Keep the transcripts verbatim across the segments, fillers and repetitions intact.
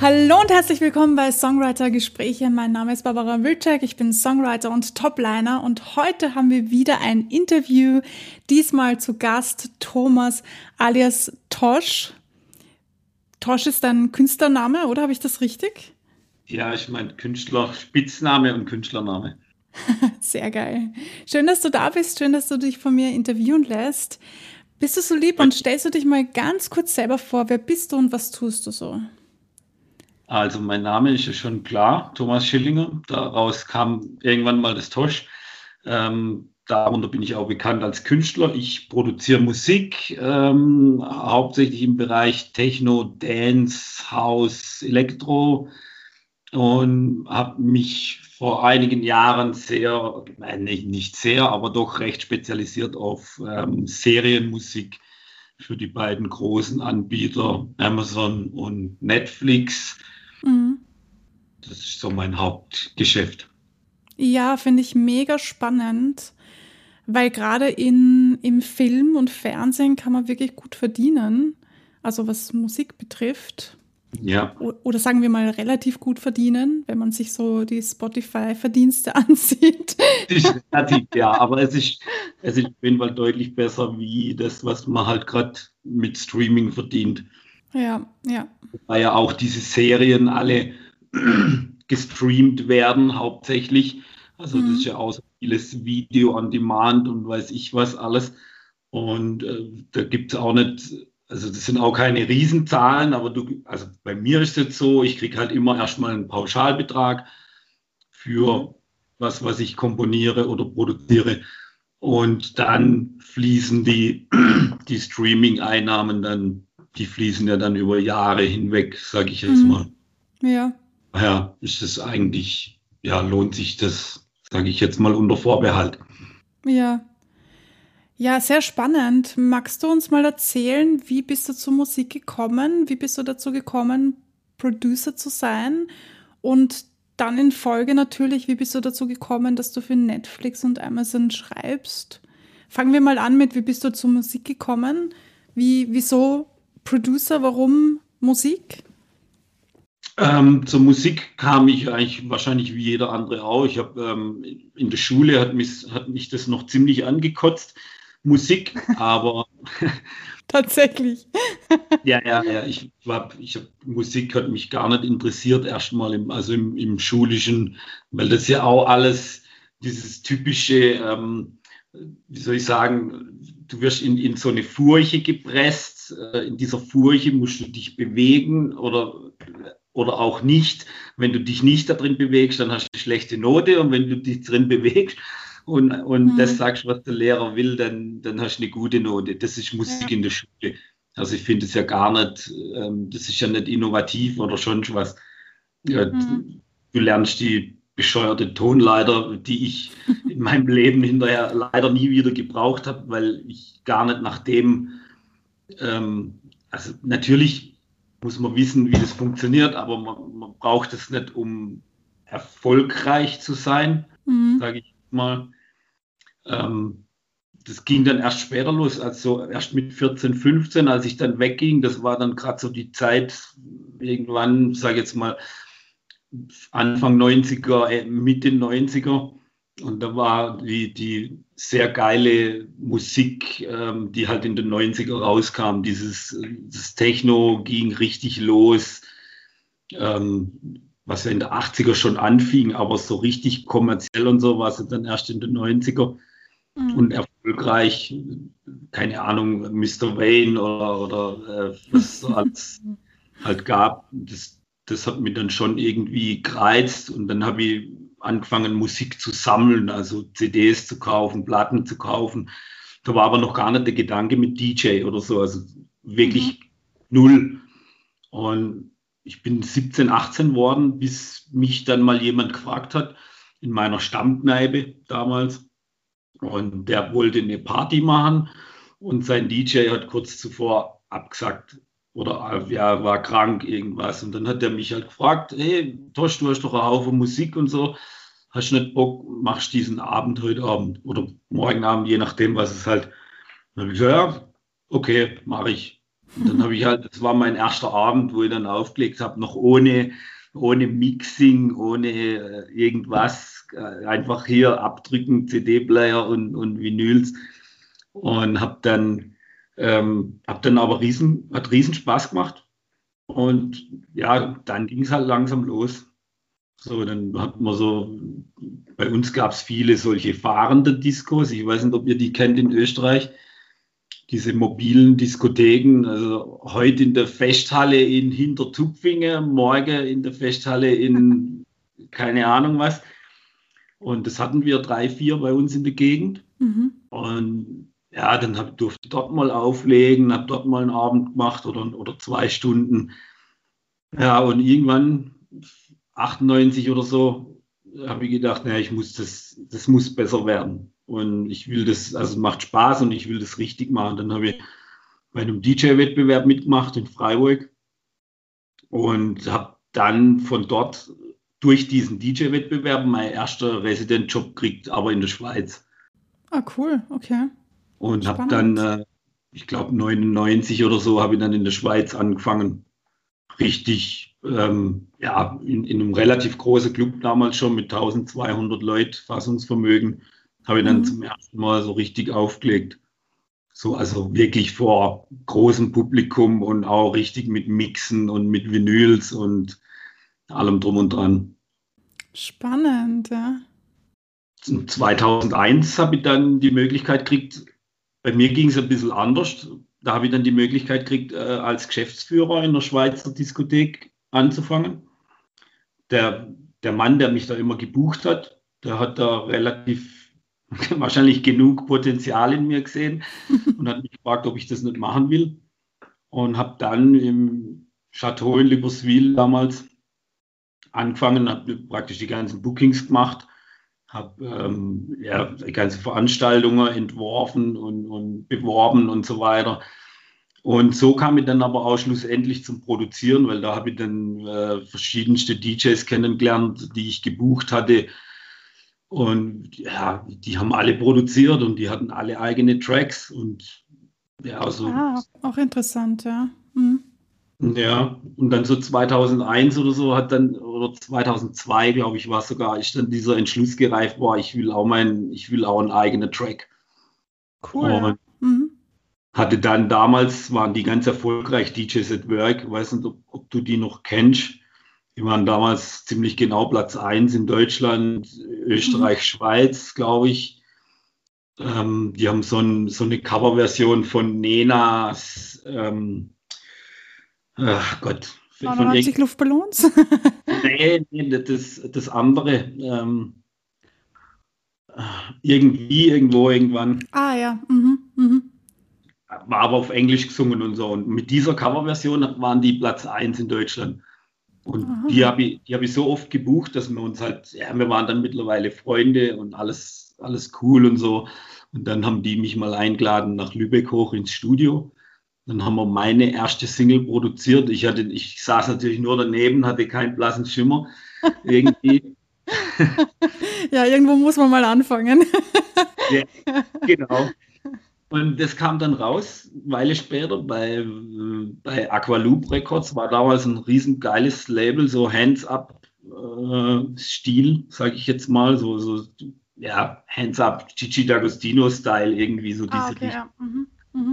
Hallo und herzlich willkommen bei Songwriter-Gespräche. Mein Name ist Barbara Wilczek, ich bin Songwriter und Topliner und heute haben wir wieder ein Interview, diesmal zu Gast Thomas alias Tosh. Tosh ist dein Künstlername, oder habe ich das richtig? Ja, ich meine Künstler, Spitzname und Künstlername. Sehr geil. Schön, dass du da bist, schön, dass du dich von mir interviewen lässt. Bist du so lieb und stellst du dich mal ganz kurz selber vor, wer bist du und was tust du so? Also mein Name ist ja schon klar, Thomas Schillinger. Daraus kam irgendwann mal das Tosh. Ähm, darunter bin ich auch bekannt als Künstler. Ich produziere Musik, ähm, hauptsächlich im Bereich Techno, Dance, House, Elektro und habe mich vor einigen Jahren sehr, nein, nicht, nicht sehr, aber doch recht spezialisiert auf ähm, Serienmusik für die beiden großen Anbieter Amazon und Netflix. Mhm. Das ist so mein Hauptgeschäft. Ja, finde ich mega spannend, weil gerade in, im Film und Fernsehen kann man wirklich gut verdienen, also was Musik betrifft. Ja, O- Oder sagen wir mal relativ gut verdienen, wenn man sich so die Spotify-Verdienste ansieht. es ist relativ, ja, aber es ist, es ist auf jeden Fall deutlich besser wie das, was man halt gerade mit Streaming verdient. Ja, ja. Weil ja auch diese Serien alle gestreamt werden, hauptsächlich. Also das ist Mhm. ja auch so vieles Video on Demand und weiß ich was alles. Und äh, da gibt es auch nicht, also das sind auch keine Riesenzahlen, aber du, also bei mir ist es jetzt so, ich kriege halt immer erstmal einen Pauschalbetrag Mhm. für was, was ich komponiere oder produziere. Und dann fließen die, die Streaming-Einnahmen dann, die fließen ja dann über Jahre hinweg, sage ich jetzt Mhm. mal. Ja, Daher ist es eigentlich, ja, lohnt sich das, sage ich jetzt mal unter Vorbehalt. ja. Ja, sehr spannend. Magst du uns mal erzählen, wie bist du zur Musik gekommen? Wie bist du dazu gekommen, Producer zu sein? Und dann in Folge natürlich, wie bist du dazu gekommen, dass du für Netflix und Amazon schreibst? Fangen wir mal an mit, wie bist du zur Musik gekommen? Wie, wieso Producer? Warum Musik? Ähm, zur Musik kam ich eigentlich wahrscheinlich wie jeder andere auch. Ich habe ähm, in der Schule hat mich, hat mich das noch ziemlich angekotzt, Musik, aber Tatsächlich. ja, ja, ja. Ich war, ich hab, Musik hat mich gar nicht interessiert, erstmal im, also im, im Schulischen, weil das ja auch alles dieses typische, ähm, wie soll ich sagen, du wirst in, in so eine Furche gepresst. Äh, in dieser Furche musst du dich bewegen oder, oder auch nicht. Wenn du dich nicht da drin bewegst, dann hast du eine schlechte Note und wenn du dich drin bewegst und, und das Hm. sagst, was der Lehrer will, dann, dann hast du eine gute Note. Das ist Musik Ja. in der Schule. Also ich finde es ja gar nicht, ähm, das ist ja nicht innovativ oder schon was. Ja, Hm. du lernst die bescheuerte Tonleiter, die ich in meinem Leben hinterher leider nie wieder gebraucht habe, weil ich gar nicht nach dem, ähm, also natürlich muss man wissen, wie das funktioniert, aber man, man braucht es nicht, um erfolgreich zu sein, Hm. sage ich mal. Ähm, Das ging dann erst später los, also erst mit vierzehn, fünfzehn, als ich dann wegging. Das war dann gerade so die Zeit, irgendwann, sage ich jetzt mal, Anfang neunziger, äh, Mitte neunziger. Und da war die, die sehr geile Musik, ähm, die halt in den neunziger rauskam. Dieses das Techno ging richtig los, ähm, was ja in der achtziger schon anfing, aber so richtig kommerziell und so war es dann erst in den neunziger Hm. und erfolgreich, keine Ahnung, Mister Wayne oder, oder äh, was es so alles halt gab. Das, das hat mich dann schon irgendwie gereizt und dann habe ich angefangen, Musik zu sammeln, also C Ds zu kaufen, Platten zu kaufen. Da war aber noch gar nicht der Gedanke mit D J oder so, also Mhm. wirklich null. Und ich bin siebzehn, achtzehn worden, bis mich dann mal jemand gefragt hat, in meiner Stammkneipe damals, und der wollte eine Party machen und sein D J hat kurz zuvor abgesagt oder äh, ja, war krank, irgendwas. Und dann hat er mich halt gefragt, hey, Tosch, du hast doch einen Haufen Musik und so. Hast du nicht Bock, machst diesen Abend heute Abend oder morgen Abend, je nachdem, was es halt. Dann habe ich gesagt, ja, okay, mache ich. Und dann habe ich halt, das war mein erster Abend, wo ich dann aufgelegt habe, noch ohne, ohne Mixing, ohne äh, irgendwas, äh, einfach hier abdrücken, C D-Player und, und Vinyls. Und habe dann, ähm, hab dann aber riesen, hat riesen Spaß gemacht. Und ja, dann ging es halt langsam los. So, dann hat man so, bei uns gab es viele solche fahrende Diskos. Ich weiß nicht, ob ihr die kennt in Österreich. Diese mobilen Diskotheken, also heute in der Festhalle in Hintertupfingen, morgen in der Festhalle in keine Ahnung was. Und das hatten wir drei, vier bei uns in der Gegend. Mhm. Und ja, dann hab, durfte ich dort mal auflegen, habe dort mal einen Abend gemacht oder, oder zwei Stunden. Ja, und irgendwann, achtundneunzig oder so, habe ich gedacht, naja, ich muss das, das muss besser werden. Und ich will das, also es macht Spaß und ich will das richtig machen. Dann habe ich bei einem D J-Wettbewerb mitgemacht in Freiburg und habe dann von dort durch diesen D J-Wettbewerb meinen ersten Resident-Job gekriegt, aber in der Schweiz. Ah, cool, okay. Und habe dann, Spannend. äh, ich glaube, neunundneunzig oder so, habe ich dann in der Schweiz angefangen. Richtig, ähm, ja, in, in einem relativ großen Club damals schon mit eintausendzweihundert Leuten Fassungsvermögen, habe ich dann Mhm. zum ersten Mal so richtig aufgelegt. So, also wirklich vor großem Publikum und auch richtig mit Mixen und mit Vinyls und allem drum und dran. Spannend, ja. zweitausendeins habe ich dann die Möglichkeit gekriegt, bei mir ging es ein bisschen anders. Da habe ich dann die Möglichkeit gekriegt, äh, als Geschäftsführer in der Schweizer Diskothek anzufangen. Der, der Mann, der mich da immer gebucht hat, der hat da relativ wahrscheinlich genug Potenzial in mir gesehen und hat mich gefragt, ob ich das nicht machen will. Und habe dann im Chateau in Libreville damals angefangen, habe praktisch die ganzen Bookings gemacht, habe ähm, ja, die ganzen Veranstaltungen entworfen und, und beworben und so weiter. Und so kam ich dann aber auch schlussendlich zum Produzieren, weil da habe ich dann äh, verschiedenste D Js kennengelernt, die ich gebucht hatte. Und ja, die haben alle produziert und die hatten alle eigene Tracks. Und ja, also Ah, auch interessant, ja. Mhm. ja, und dann so zweitausendeins oder so hat dann, oder zweitausendzwei, glaube ich, war es sogar, ist dann dieser Entschluss gereift, boah, ich will auch mein, ich will auch einen eigenen Track. Cool, ja. Und Mhm. hatte dann damals, waren die ganz erfolgreich, D Js at Work, ich weiß nicht, ob, ob du die noch kennst. Die waren damals ziemlich genau Platz eins in Deutschland, Mhm. Österreich, Schweiz, glaube ich. Ähm, die haben so, ein, so eine Coverversion von Nenas, ähm, ach Gott, von neunundneunzig Luftballons? nee, nee, das, das andere. Ähm, irgendwie, irgendwo, irgendwann. Ah, ja. Mhm. Mhm. War aber auf Englisch gesungen und so. Und mit dieser Coverversion waren die Platz eins in Deutschland. Und die Aha. habe ich, die hab ich so oft gebucht, dass wir uns halt, ja, wir waren dann mittlerweile Freunde und alles, alles cool und so. Und dann haben die mich mal eingeladen nach Lübeck hoch ins Studio. Dann haben wir meine erste Single produziert. Ich hatte, ich saß natürlich nur daneben, hatte keinen blassen Schimmer. Irgendwie. Ja, irgendwo muss man mal anfangen. Ja, genau. Und das kam dann raus, eine Weile später bei, äh, bei Aqualoop Records, war damals ein riesen geiles Label, so Hands-Up-Stil, sage ich jetzt mal, so, so ja, Hands-Up, Gigi D'Agostino-Style, irgendwie so Ah, diese okay, Richtung. ja. Mhm. Mhm.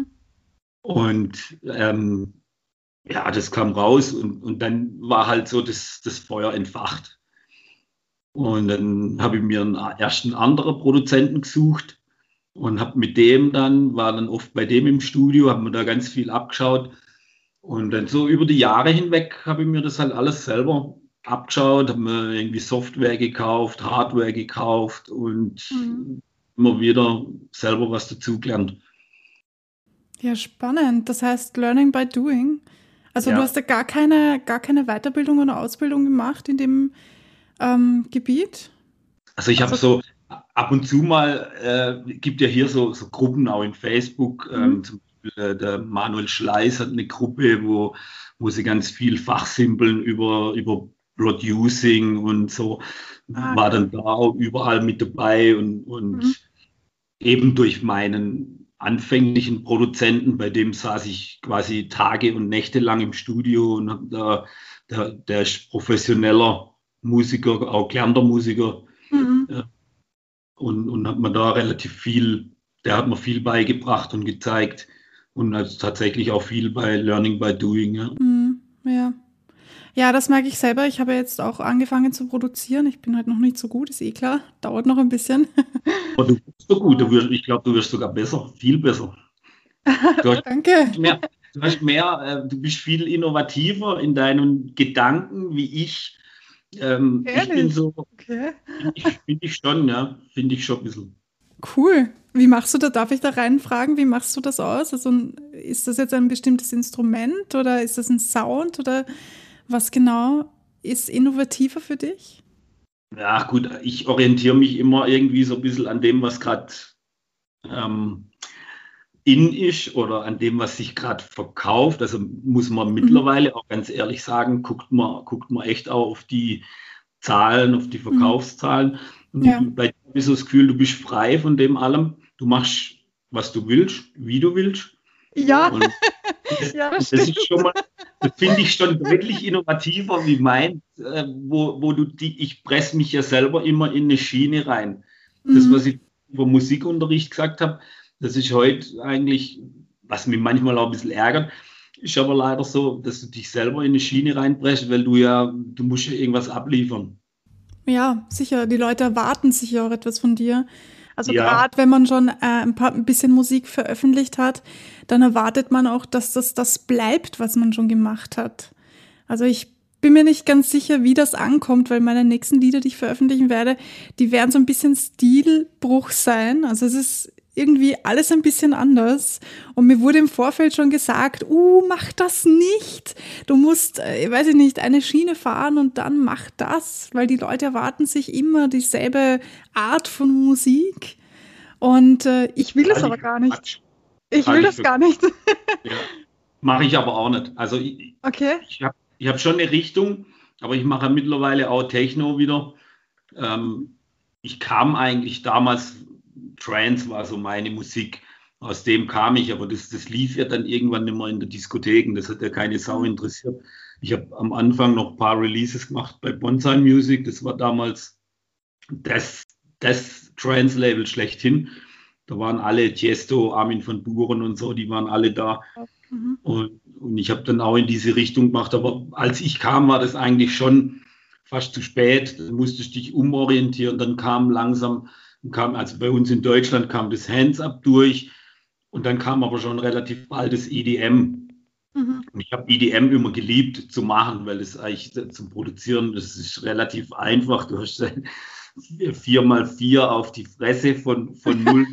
Und ähm, ja, das kam raus und, und dann war halt so das, das Feuer entfacht. Und dann habe ich mir einen ersten anderen Produzenten gesucht und habe mit dem dann, war dann oft bei dem im Studio, habe mir da ganz viel abgeschaut. Und dann so über die Jahre hinweg habe ich mir das halt alles selber abgeschaut, habe mir irgendwie Software gekauft, Hardware gekauft und Mhm. immer wieder selber was dazugelernt. Ja, spannend. Das heißt, Learning by Doing. Also du Ja, hast ja gar keine, gar keine Weiterbildung oder Ausbildung gemacht in dem ähm, Gebiet? also ich habe Also, so ab und zu mal, äh, gibt ja hier so, so Gruppen auch in Facebook, mhm. ähm, zum Beispiel äh, der Manuel Schleiß hat eine Gruppe, wo, wo sie ganz viel fachsimpeln über, über Producing und so, Ah, war cool. dann da auch überall mit dabei und, Mhm. und eben durch meinen anfänglichen Produzenten, bei dem saß ich quasi Tage und Nächte lang im Studio und hab da, der, der ist professioneller Musiker, auch gelernter Musiker. Mhm. Ja, und, und hat mir da relativ viel, der hat mir viel beigebracht und gezeigt und also tatsächlich auch viel bei Learning by Doing. Ja. Mhm. Ja. Ja, das merke ich selber. Ich habe jetzt auch angefangen zu produzieren. Ich bin halt noch nicht so gut, ist eh klar. Dauert noch ein bisschen. Aber du bist so gut, du wirst, ich glaube, du wirst sogar besser, viel besser. Du hast Danke. mehr, du hast mehr, äh, du bist viel innovativer in deinen Gedanken wie ich. Ähm, ich bin Ehrlich? so, Okay. finde ich, find ich schon, ja, finde ich schon ein bisschen. Cool. Wie machst du da, darf ich da reinfragen, wie machst du das aus? Also ist das jetzt ein bestimmtes Instrument oder ist das ein Sound oder was genau ist innovativer für dich? Ja, gut, ich orientiere mich immer irgendwie so ein bisschen an dem, was gerade ähm, in ist oder an dem, was sich gerade verkauft. Also muss man Mhm. mittlerweile auch ganz ehrlich sagen, guckt man, guckt man echt auch auf die Zahlen, auf die Mhm. Verkaufszahlen. Ja. Und bei dir habe ich so das Gefühl, du bist frei von dem allem. Du machst, was du willst, wie du willst. Ja, Und das, ja, das das stimmt. ist schon mal, das finde ich schon deutlich innovativer wie mein, äh, wo, wo du die, ich presse mich ja selber immer in eine Schiene rein. Das, was Mhm. ich über Musikunterricht gesagt habe, das ist heute eigentlich, was mich manchmal auch ein bisschen ärgert, ist aber leider so, dass du dich selber in eine Schiene reinpresst, weil du ja, du musst ja irgendwas abliefern. Ja, sicher. Die Leute erwarten sicher auch etwas von dir. Also Ja, gerade wenn man schon äh, ein paar, ein bisschen Musik veröffentlicht hat, dann erwartet man auch, dass das das bleibt, was man schon gemacht hat. Also ich bin mir nicht ganz sicher, wie das ankommt, weil meine nächsten Lieder, die ich veröffentlichen werde, die werden so ein bisschen Stilbruch sein. Also es ist irgendwie alles ein bisschen anders. Und mir wurde im Vorfeld schon gesagt, uh, mach das nicht. Du musst, äh, weiß ich nicht, eine Schiene fahren und dann mach das, weil die Leute erwarten sich immer dieselbe Art von Musik. Und äh, ich will es halte aber ich für gar nicht. Quatsch. Ich will Halte ich das für, gar nicht. ja. Mache ich aber auch nicht. Also ich, Okay. ich habe ich hab schon eine Richtung, aber ich mache mittlerweile auch Techno wieder. Ähm, ich kam eigentlich damals, Trance war so meine Musik, aus dem kam ich, aber das, das lief ja dann irgendwann nicht mehr in der Diskotheken, das hat ja keine Sau Mhm. interessiert. Ich habe am Anfang noch ein paar Releases gemacht bei Bonsai Music, das war damals das, das Trance-Label schlechthin. Da waren alle Tiesto, Armin van Buuren und so, die waren alle da. Mhm. Und, und ich habe dann auch in diese Richtung gemacht. Aber als ich kam, war das eigentlich schon fast zu spät. Dann musste ich dich umorientieren. Dann kam langsam, kam, also bei uns in Deutschland kam das Hands-Up durch. Und dann kam aber schon relativ bald das E D M. Mhm. Und ich habe E D M immer geliebt zu machen, weil es eigentlich zum Produzieren, das ist relativ einfach. Du hast vier mal vier auf die Fresse von, von null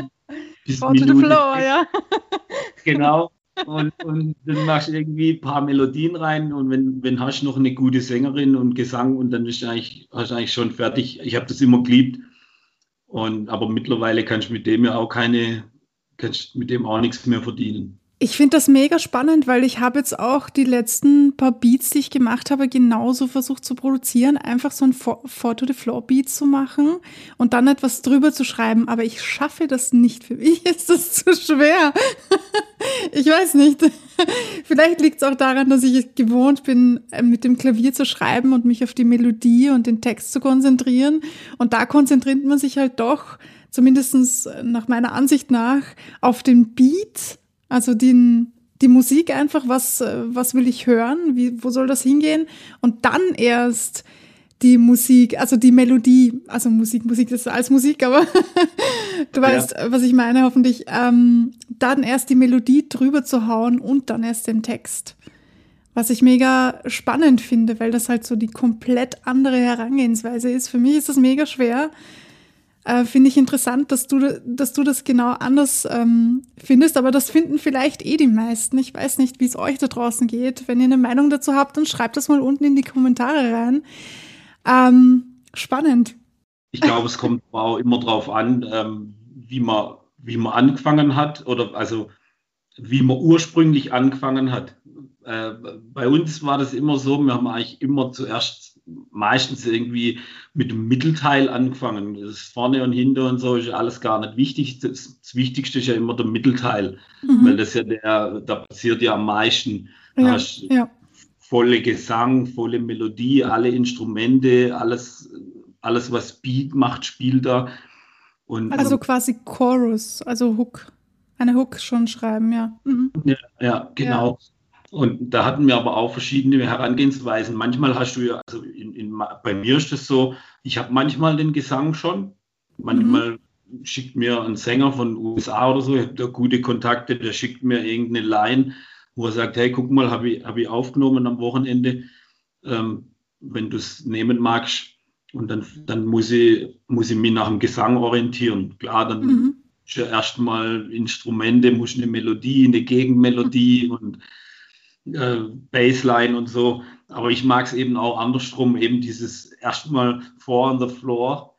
bis Go to the Minute floor, ja. genau. Und, und dann machst du irgendwie ein paar Melodien rein und wenn, wenn hast du noch eine gute Sängerin und Gesang und dann ist eigentlich, hast du eigentlich schon fertig. Ich habe das immer geliebt. Und, aber mittlerweile kannst du mit dem ja auch keine, kannst mit dem auch nichts mehr verdienen. Ich finde das mega spannend, weil ich habe jetzt auch die letzten paar Beats, die ich gemacht habe, genauso versucht zu produzieren, einfach so ein Four-to-the-Floor-Beat zu machen und dann etwas drüber zu schreiben. Aber ich schaffe das nicht. Für mich ist das zu schwer. Ich weiß nicht. Vielleicht liegt es auch daran, dass ich es gewohnt bin, mit dem Klavier zu schreiben und mich auf die Melodie und den Text zu konzentrieren. Und da konzentriert man sich halt doch, zumindest nach meiner Ansicht nach, auf den Beat. Also den, die Musik einfach, was, was will ich hören, wie, wo soll das hingehen? Und dann erst die Musik, also die Melodie, also Musik, Musik das ist alles Musik, aber du Ja, weißt, was ich meine, hoffentlich, ähm, dann erst die Melodie drüber zu hauen und dann erst den Text. Was ich mega spannend finde, weil das halt so die komplett andere Herangehensweise ist. Für mich ist das mega schwer. Äh, finde ich interessant, dass du, dass du das genau anders ähm, findest, aber das finden vielleicht eh die meisten. Ich weiß nicht, wie es euch da draußen geht. Wenn ihr eine Meinung dazu habt, dann schreibt das mal unten in die Kommentare rein. Ähm, spannend. ich glaube, es kommt auch immer darauf an, ähm, wie man, wie man angefangen hat oder also wie man ursprünglich angefangen hat. Äh, bei uns war das immer so, wir haben eigentlich immer zuerst meistens irgendwie mit dem Mittelteil angefangen. Das ist vorne und hinten und so ist alles gar nicht wichtig. Das, das Wichtigste ist ja immer der Mittelteil, mhm. weil das ja der, da passiert ja am meisten. Da ja, hast ja. volle Gesang, volle Melodie, alle Instrumente, alles, alles was Beat macht, spielt da. Und, also und, quasi Chorus, also Hook. Eine Hook schon schreiben, ja. Mhm. Ja, ja, genau. Ja. Und da hatten wir aber auch verschiedene Herangehensweisen. Manchmal hast du ja, also in, in, bei mir ist das so, ich habe manchmal den Gesang schon. Manchmal mhm. schickt mir ein Sänger von U S A oder so, ich habe da gute Kontakte, der schickt mir irgendeine Line, wo er sagt, hey, guck mal, habe ich, hab ich aufgenommen am Wochenende, ähm, wenn du es nehmen magst. Und dann, dann muss, ich, muss ich mich nach dem Gesang orientieren. Klar, dann mhm. ja erstmal Instrumente, muss eine Melodie, eine Gegenmelodie und äh, Bassline und so. Aber ich mag es eben auch andersrum, eben dieses erstmal four on the floor,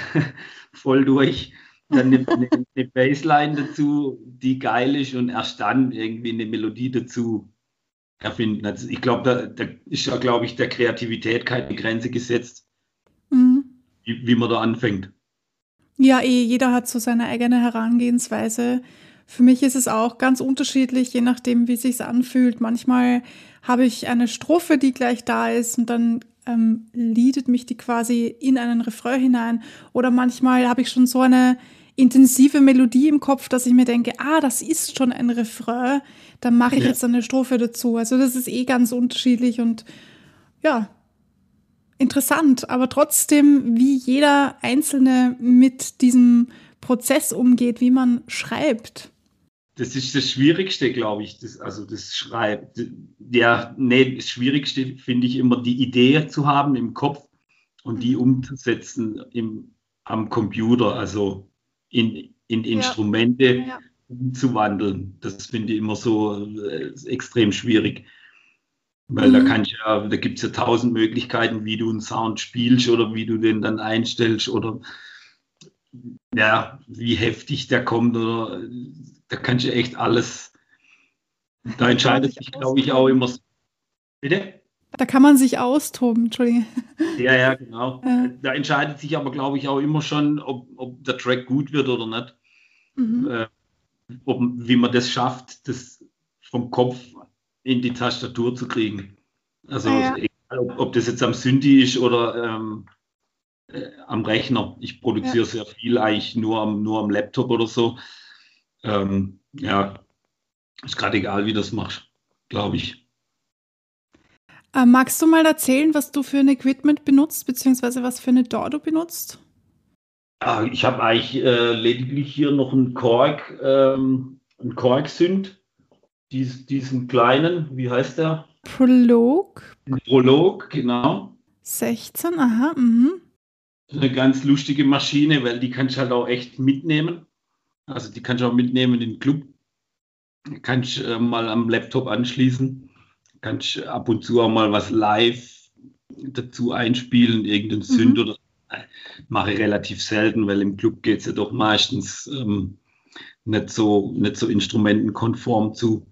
voll durch, dann eine, eine, eine Bassline dazu, die geil ist und erst dann irgendwie eine Melodie dazu erfinden. Also ich glaube, da, da ist ja, glaube ich, der Kreativität keine Grenze gesetzt, mhm. wie, wie man da anfängt. Ja, eh, jeder hat so seine eigene Herangehensweise. Für mich ist es auch ganz unterschiedlich, je nachdem, wie es sich anfühlt. Manchmal habe ich eine Strophe, die gleich da ist und dann ähm, leadet mich die quasi in einen Refrain hinein. Oder manchmal habe ich schon so eine intensive Melodie im Kopf, dass ich mir denke, ah, das ist schon ein Refrain, dann mache ich ja. jetzt eine Strophe dazu. Also das ist eh ganz unterschiedlich und ja, interessant, aber trotzdem, wie jeder Einzelne mit diesem Prozess umgeht, wie man schreibt. Das ist das Schwierigste, glaube ich. Das, also das Schreiben. Ja, nee, das Schwierigste finde ich immer, die Idee zu haben im Kopf und die umzusetzen im, am Computer, also in, in Instrumente ja. Ja. umzuwandeln. Das finde ich immer so äh, extrem schwierig. Weil mhm. da kann ich ja, da gibt es ja tausend Möglichkeiten, wie du einen Sound spielst oder wie du den dann einstellst oder ja, wie heftig der kommt oder da kannst du echt alles. Da entscheidet sich, glaube ich, auch immer. Bitte? Da kann man sich austoben, Entschuldige. Ja, ja, genau. Ja. Da entscheidet sich aber, glaube ich, auch immer schon, ob, ob der Track gut wird oder nicht. Mhm. Äh, ob, wie man das schafft, das vom Kopf in die Tastatur zu kriegen. Also ah, ja. egal, ob, ob das jetzt am Synthi ist oder ähm, äh, am Rechner. Ich produziere ja. sehr viel eigentlich nur am, nur am Laptop oder so. Ähm, ja, ist gerade egal, wie du das machst, glaube ich. Äh, magst du mal erzählen, was du für ein Equipment benutzt, beziehungsweise was für eine D A W du benutzt? Ja, ich habe eigentlich äh, lediglich hier noch einen Korg, ähm, einen Korg-Synth, Dies, diesen kleinen, wie heißt der? Prolog. Prolog, genau. sechzehn, aha, mhm. Eine ganz lustige Maschine, weil die kannst du halt auch echt mitnehmen. Also die kannst du auch mitnehmen in den Club. Kannst äh, mal am Laptop anschließen. Kannst ab und zu auch mal was live dazu einspielen, irgendeinen Synth mhm. oder mache ich relativ selten, weil im Club geht es ja doch meistens ähm, nicht so, nicht so instrumentenkonform zu.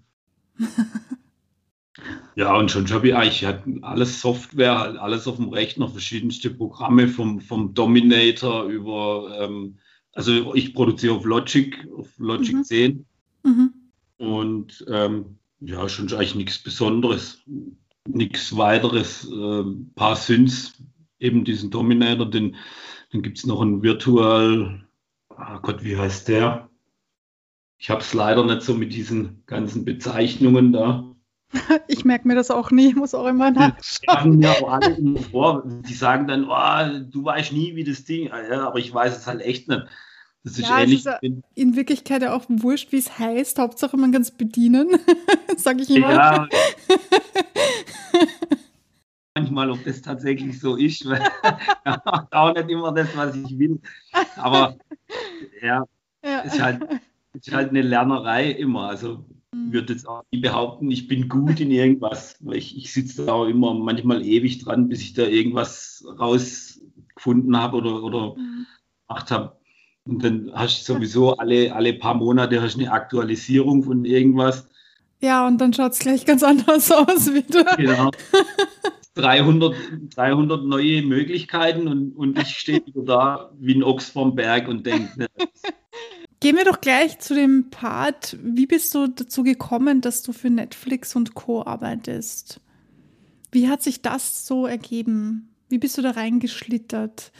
Ja, und schon habe ich eigentlich alles Software, halt alles auf dem Rechner, verschiedenste Programme vom, vom Dominator über, ähm, also ich produziere auf Logic, auf Logic mhm. zehn mhm. und ähm, ja, schon eigentlich nichts Besonderes, nichts weiteres, ein äh, paar Synths, eben diesen Dominator, den, dann gibt es noch einen Virtual, oh Gott, wie heißt der? Ich habe es leider nicht so mit diesen ganzen Bezeichnungen da. Ich merke mir das auch nie, ich muss auch immer nachschauen. Die, auch alle immer vor. Die sagen dann, oh, du weißt nie, wie das Ding, ja, aber ich weiß es halt echt nicht. Das ist ja, ähnlich. Es ist ja in Wirklichkeit ja auch wurscht, wie es heißt. Hauptsache, man kann es bedienen, sage ich immer. Ja. Manchmal, ob das tatsächlich so ist, weil auch nicht immer das, was ich will. Aber ja, ja. Ist, halt, ist halt eine Lernerei immer. Also ich würde jetzt auch nie behaupten, ich bin gut in irgendwas. Weil ich, ich sitze da auch immer manchmal ewig dran, bis ich da irgendwas rausgefunden habe oder, oder mhm. gemacht habe. Und dann hast du sowieso alle, alle paar Monate hast eine Aktualisierung von irgendwas. Ja, und dann schaut es gleich ganz anders aus wieder. Genau. dreihundert, dreihundert neue Möglichkeiten und, und ich stehe wieder da wie ein Ochs vorm Berg und denke, ne, Gehen wir doch gleich zu dem Part, wie bist du dazu gekommen, dass du für Netflix und Co. arbeitest? Wie hat sich das so ergeben? Wie bist du da reingeschlittert?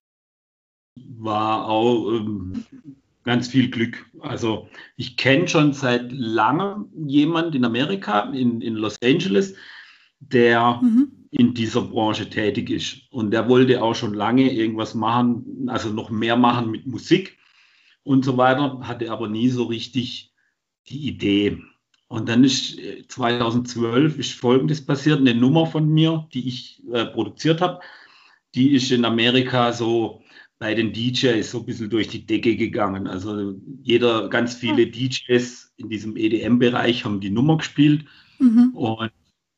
war auch ähm, ganz viel Glück. Also ich kenne schon seit langem jemanden in Amerika, in, in Los Angeles, der Mhm. in dieser Branche tätig ist. Und der wollte auch schon lange irgendwas machen, also noch mehr machen mit Musik und so weiter, hatte aber nie so richtig die Idee. Und dann ist äh, zweitausendzwölf ist Folgendes passiert, eine Nummer von mir, die ich äh, produziert habe, die ist in Amerika so bei den D Js so ein bisschen durch die Decke gegangen. Also jeder, ganz viele D Js in diesem E D M-Bereich haben die Nummer gespielt. Mhm. Und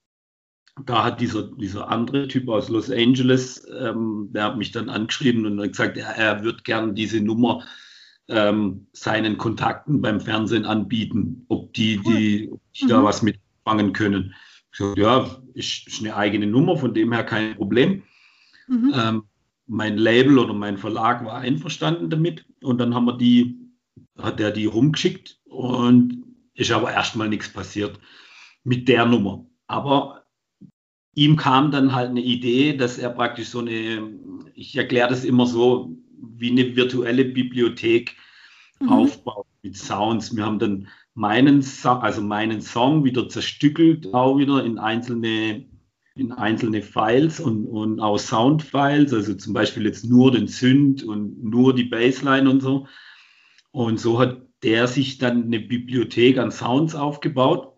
da hat dieser, dieser andere Typ aus Los Angeles, ähm, der hat mich dann angeschrieben und hat gesagt, er, er würde gern diese Nummer ähm, seinen Kontakten beim Fernsehen anbieten, ob die, Cool. die, ob die Mhm. da was mitfangen können. Ich so, ja, ist, ist eine eigene Nummer, von dem her kein Problem. Mhm. Ähm, mein Label oder mein Verlag war einverstanden damit und dann haben wir die, hat er die rumgeschickt und ist aber erstmal nichts passiert mit der Nummer. Aber ihm kam dann halt eine Idee, dass er praktisch so eine, ich erkläre das immer so, wie eine virtuelle Bibliothek Mhm. aufbaut mit Sounds. Wir haben dann meinen, also meinen Song wieder zerstückelt, auch wieder in einzelne, in einzelne Files und, und auch Soundfiles, also zum Beispiel jetzt nur den Synth und nur die Bassline und so. Und so hat der sich dann eine Bibliothek an Sounds aufgebaut.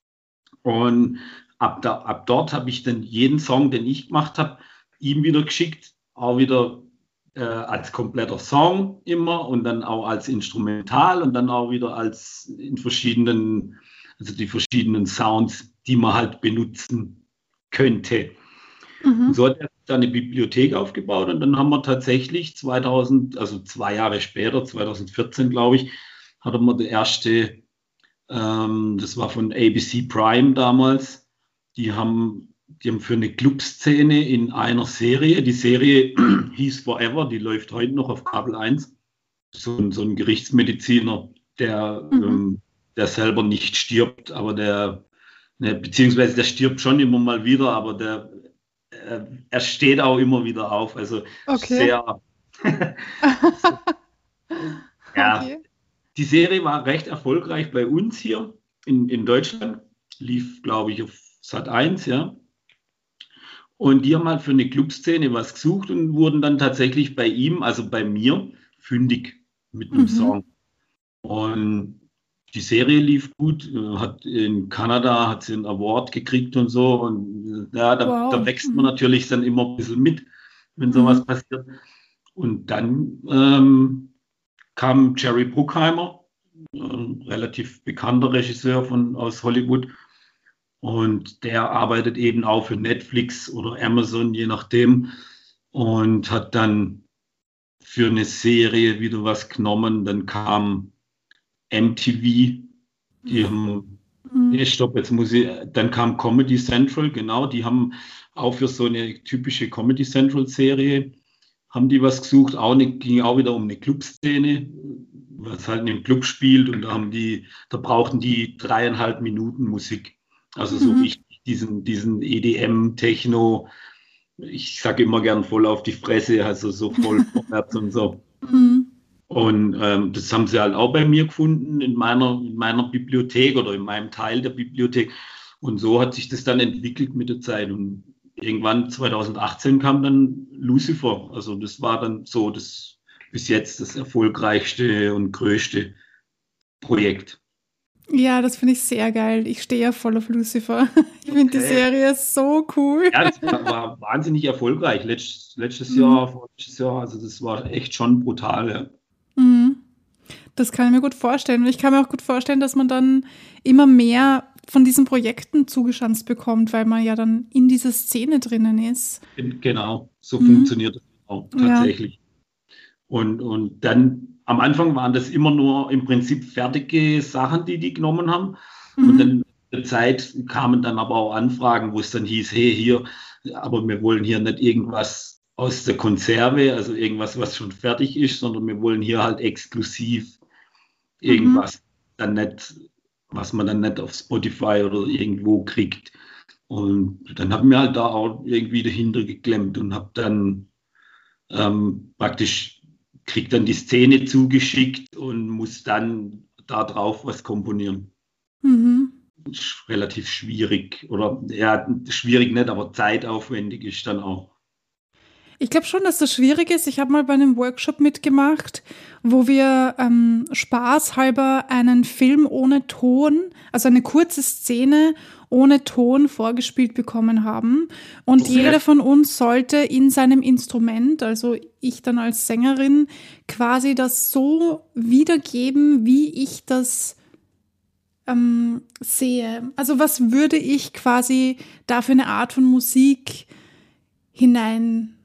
Und ab, da, ab dort habe ich dann jeden Song, den ich gemacht habe, ihm wieder geschickt, auch wieder äh, als kompletter Song immer und dann auch als Instrumental und dann auch wieder als in verschiedenen, also die verschiedenen Sounds, die man halt benutzen könnte. Und Mhm. so hat er da eine Bibliothek aufgebaut und dann haben wir tatsächlich zweitausend, also zwei Jahre später, zweitausendvierzehn glaube ich, hatten wir die erste, ähm, das war von A B C Prime damals, die haben, die haben für eine Clubszene in einer Serie, die Serie hieß Forever, die läuft heute noch auf Kabel eins, so ein, so ein Gerichtsmediziner, der, Mhm. ähm, der selber nicht stirbt, aber der, ne, beziehungsweise der stirbt schon immer mal wieder, aber der, äh, er steht auch immer wieder auf, also Okay. sehr, ja, Okay. die Serie war recht erfolgreich bei uns hier in, in Deutschland, lief, glaube ich, auf Sat eins, ja. Und die haben halt für eine Clubszene was gesucht und wurden dann tatsächlich bei ihm, also bei mir, fündig mit einem Mhm. Song. Und die Serie lief gut, äh, hat in Kanada hat sie einen Award gekriegt und so. Und äh, ja, da, da Wow. wächst man Mhm. natürlich dann immer ein bisschen mit, wenn Mhm. sowas passiert. Und dann ähm, kam Jerry Bruckheimer, ein relativ bekannter Regisseur von, aus Hollywood. Und der arbeitet eben auch für Netflix oder Amazon, je nachdem. Und hat dann für eine Serie wieder was genommen. Dann kam M T V, die haben, Mhm. nee, stopp, jetzt muss ich, dann kam Comedy Central, genau, die haben auch für so eine typische Comedy Central Serie, haben die was gesucht, auch eine, ging auch wieder um eine Clubszene, was halt in einem Club spielt und da haben die, da brauchten die dreieinhalb Minuten Musik. Also so Mhm. richtig diesen, diesen E D M-Techno, ich sage immer gern voll auf die Fresse, also so voll vorwärts und so. Mhm. Und ähm, das haben sie halt auch bei mir gefunden, in meiner, in meiner Bibliothek oder in meinem Teil der Bibliothek. Und so hat sich das dann entwickelt mit der Zeit. Und irgendwann zweitausendachtzehn kam dann Lucifer. Also das war dann so das bis jetzt das erfolgreichste und größte Projekt. Ja, das finde ich sehr geil. Ich stehe ja voll auf Lucifer. Ich finde die Okay. Serie so cool. Ja, das war, war wahnsinnig erfolgreich. Letzt, letztes Mhm. Jahr, vorletztes Jahr, also das war echt schon brutal. Ja. Mhm. Das kann ich mir gut vorstellen. Und ich kann mir auch gut vorstellen, dass man dann immer mehr von diesen Projekten zugeschanzt bekommt, weil man ja dann in dieser Szene drinnen ist. Genau, so Mhm. funktioniert es auch Ja. tatsächlich. Und, und dann am Anfang waren das immer nur im Prinzip fertige Sachen, die die genommen haben. Und Mhm. dann der Zeit kamen dann aber auch Anfragen, wo es dann hieß, hey, hier, aber wir wollen hier nicht irgendwas aus der Konserve, also irgendwas, was schon fertig ist, sondern wir wollen hier halt exklusiv irgendwas, mhm. dann nicht, was man dann nicht auf Spotify oder irgendwo kriegt. Und dann habe ich mir halt da auch irgendwie dahinter geklemmt und habe dann ähm, praktisch, krieg dann die Szene zugeschickt und muss dann da drauf was komponieren. Mhm. Ist relativ schwierig oder ja, schwierig nicht, aber zeitaufwendig ist dann auch. Ich glaube schon, dass das schwierig ist. Ich habe mal bei einem Workshop mitgemacht, wo wir ähm, spaßhalber einen Film ohne Ton, also eine kurze Szene ohne Ton vorgespielt bekommen haben. Und okay. Jeder von uns sollte in seinem Instrument, also ich dann als Sängerin, quasi das so wiedergeben, wie ich das ähm, sehe. Also was würde ich quasi da für eine Art von Musik hinein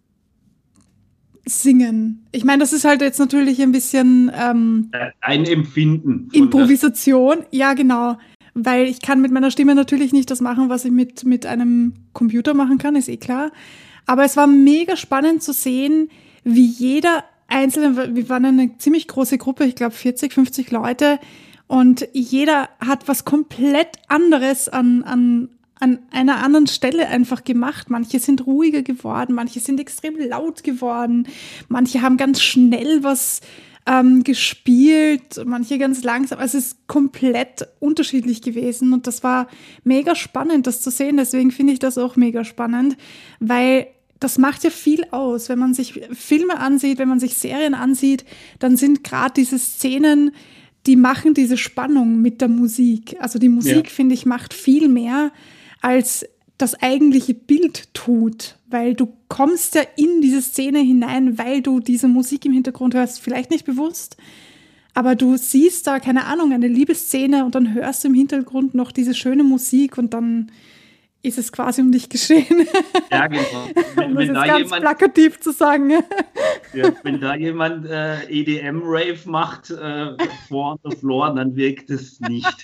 singen. Ich meine, das ist halt jetzt natürlich ein bisschen ähm, ein Empfinden. Improvisation, ja genau. Weil ich kann mit meiner Stimme natürlich nicht das machen, was ich mit, mit einem Computer machen kann, ist eh klar. Aber es war mega spannend zu sehen, wie jeder einzelne, wir waren eine ziemlich große Gruppe, ich glaube vierzig, fünfzig Leute, und jeder hat was komplett anderes an, an, an einer anderen Stelle einfach gemacht. Manche sind ruhiger geworden, manche sind extrem laut geworden, manche haben ganz schnell was ähm, gespielt, manche ganz langsam. Also es ist komplett unterschiedlich gewesen und das war mega spannend, das zu sehen. Deswegen finde ich das auch mega spannend, weil das macht ja viel aus. Wenn man sich Filme ansieht, wenn man sich Serien ansieht, dann sind gerade diese Szenen, die machen diese Spannung mit der Musik. Also die Musik, ja. finde ich, macht viel mehr, als das eigentliche Bild tut, weil du kommst ja in diese Szene hinein, weil du diese Musik im Hintergrund hörst, vielleicht nicht bewusst, aber du siehst da, keine Ahnung, eine Liebesszene und dann hörst du im Hintergrund noch diese schöne Musik und dann ist es quasi um dich geschehen. Ja, genau. Wenn, um das wenn da ganz jemand, plakativ zu sagen. Ja, wenn da jemand äh, E D M-Rave macht äh, vor der Floor, dann wirkt es nicht.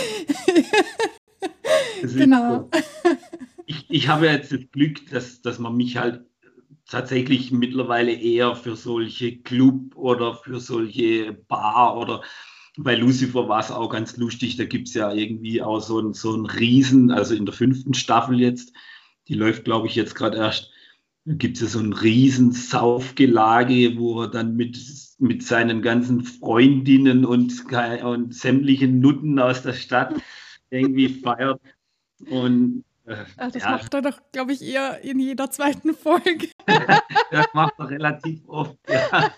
Genau. So. Ich, ich habe jetzt das Glück, dass, dass man mich halt tatsächlich mittlerweile eher für solche Club oder für solche Bar oder bei Lucifer war es auch ganz lustig, da gibt es ja irgendwie auch so ein, so ein Riesen, also in der fünften Staffel jetzt, die läuft glaube ich jetzt gerade erst, da gibt es ja so ein riesen Saufgelage, wo er dann mit, mit seinen ganzen Freundinnen und, und sämtlichen Nutten aus der Stadt irgendwie feiert. Und äh, Ach, das ja. macht er doch, glaube ich, eher in jeder zweiten Folge. Das macht er relativ oft, ja.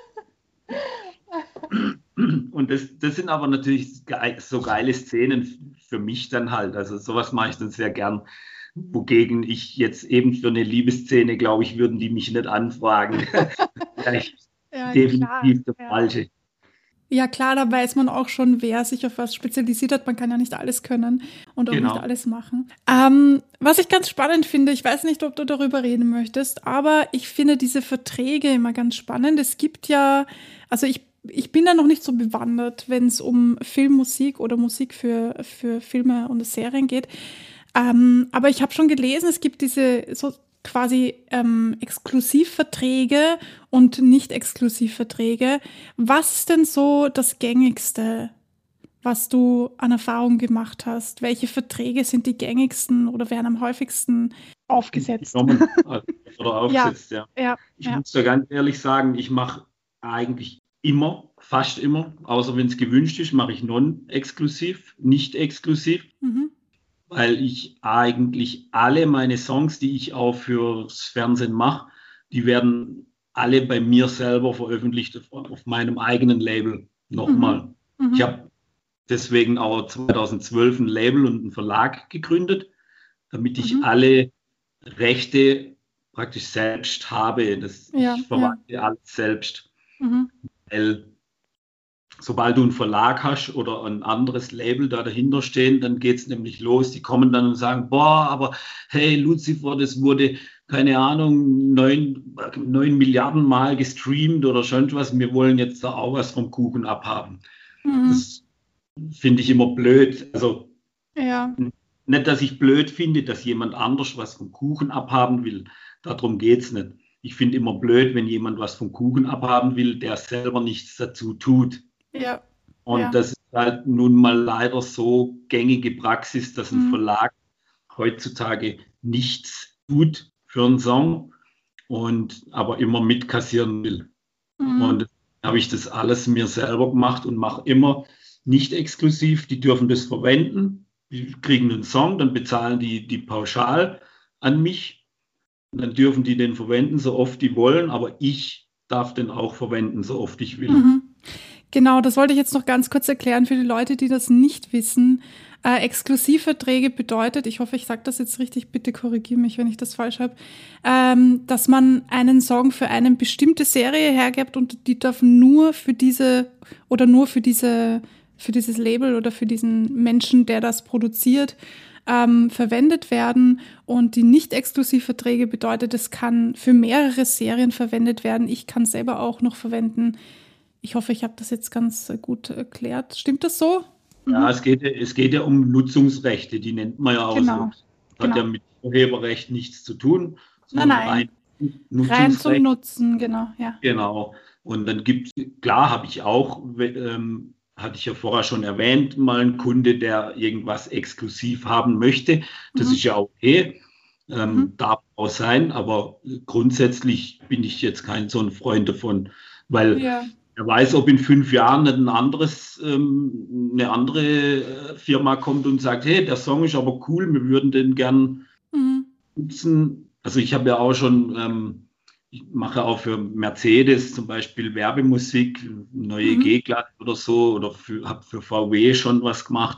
Und das, das sind aber natürlich ge- so geile Szenen für mich dann halt. Also sowas mache ich dann sehr gern. Wogegen ich jetzt eben für eine Liebesszene, glaube ich, würden die mich nicht anfragen. Ja, definitiv klar. der falsche. Ja klar, da weiß man auch schon, wer sich auf was spezialisiert hat. Man kann ja nicht alles können und auch Genau. nicht alles machen. Ähm, was ich ganz spannend finde, ich weiß nicht, ob du darüber reden möchtest, aber ich finde diese Verträge immer ganz spannend. Es gibt ja, also ich Ich bin da noch nicht so bewandert, wenn es um Filmmusik oder Musik für, für Filme und Serien geht. Ähm, aber ich habe schon gelesen, es gibt diese so quasi ähm, Exklusivverträge und Nicht-Exklusivverträge. Was ist denn so das Gängigste, was du an Erfahrung gemacht hast? Welche Verträge sind die gängigsten oder werden am häufigsten aufgesetzt? Oder aufgesetzt, ja. ja. ja ich ja. muss da ganz ehrlich sagen, ich mache eigentlich immer, fast immer, außer wenn es gewünscht ist, mache ich non-exklusiv, nicht exklusiv, Mhm. weil ich eigentlich alle meine Songs, die ich auch fürs Fernsehen mache, die werden alle bei mir selber veröffentlicht auf, auf meinem eigenen Label nochmal. Mhm. Mhm. Ich habe deswegen auch zweitausendzwölf ein Label und einen Verlag gegründet, damit ich Mhm. alle Rechte praktisch selbst habe. Das, Ja, ich verwalte alles selbst. Mhm. Weil sobald du einen Verlag hast oder ein anderes Label da dahinter stehen, dann geht es nämlich los. Die kommen dann und sagen, boah, aber hey, Lucifer, das wurde, keine Ahnung, neun, neun Milliarden Mal gestreamt oder schon was. Wir wollen jetzt da auch was vom Kuchen abhaben. Mhm. Das finde ich immer blöd. Also Ja. Nicht, dass ich blöd finde, dass jemand anders was vom Kuchen abhaben will. Darum geht es nicht. Ich finde immer blöd, wenn jemand was vom Kuchen abhaben will, der selber nichts dazu tut. Ja. Und Ja. das ist halt nun mal leider so gängige Praxis, dass ein Mhm. Verlag heutzutage nichts tut für einen Song und aber immer mitkassieren will. Mhm. Und habe ich das alles mir selber gemacht und mache immer nicht exklusiv. Die dürfen das verwenden. Die kriegen einen Song, dann bezahlen die die pauschal an mich. Und dann dürfen die den verwenden, so oft die wollen, aber ich darf den auch verwenden, so oft ich will. Mhm. Genau, das wollte ich jetzt noch ganz kurz erklären für die Leute, die das nicht wissen. Äh, Exklusivverträge bedeutet, ich hoffe, ich sage das jetzt richtig, bitte korrigiere mich, wenn ich das falsch habe, ähm, dass man einen Song für eine bestimmte Serie hergibt und die darf nur für diese oder nur für diese, für dieses Label oder für diesen Menschen, der das produziert, ähm, verwendet werden. Und die Nicht-Exklusivverträge bedeutet, es kann für mehrere Serien verwendet werden. Ich kann selber auch noch verwenden. Ich hoffe, ich habe das jetzt ganz gut erklärt. Stimmt das so? Ja, Mhm. es geht, es geht ja um Nutzungsrechte, die nennt man ja auch Genau, so. Das hat ja genau. mit Urheberrecht nichts zu tun, Nein, sondern nein. rein Rein zum Nutzungsrecht. Nutzen, genau, ja. Genau. Und dann gibt es, klar habe ich auch, ähm, hatte ich ja vorher schon erwähnt, mal einen Kunde, der irgendwas exklusiv haben möchte. Das Mhm. ist ja auch okay, Mhm. ähm, darf auch sein, aber grundsätzlich bin ich jetzt kein so ein Freund davon, weil Ja. wer weiß, ob in fünf Jahren nicht ein anderes, ähm, eine andere äh, Firma kommt und sagt, hey, der Song ist aber cool, wir würden den gern Mhm. nutzen. Also ich habe ja auch schon, ähm, ich mache auch für Mercedes zum Beispiel Werbemusik, neue Mhm. G-Klasse oder so, oder für, habe für V W schon was gemacht.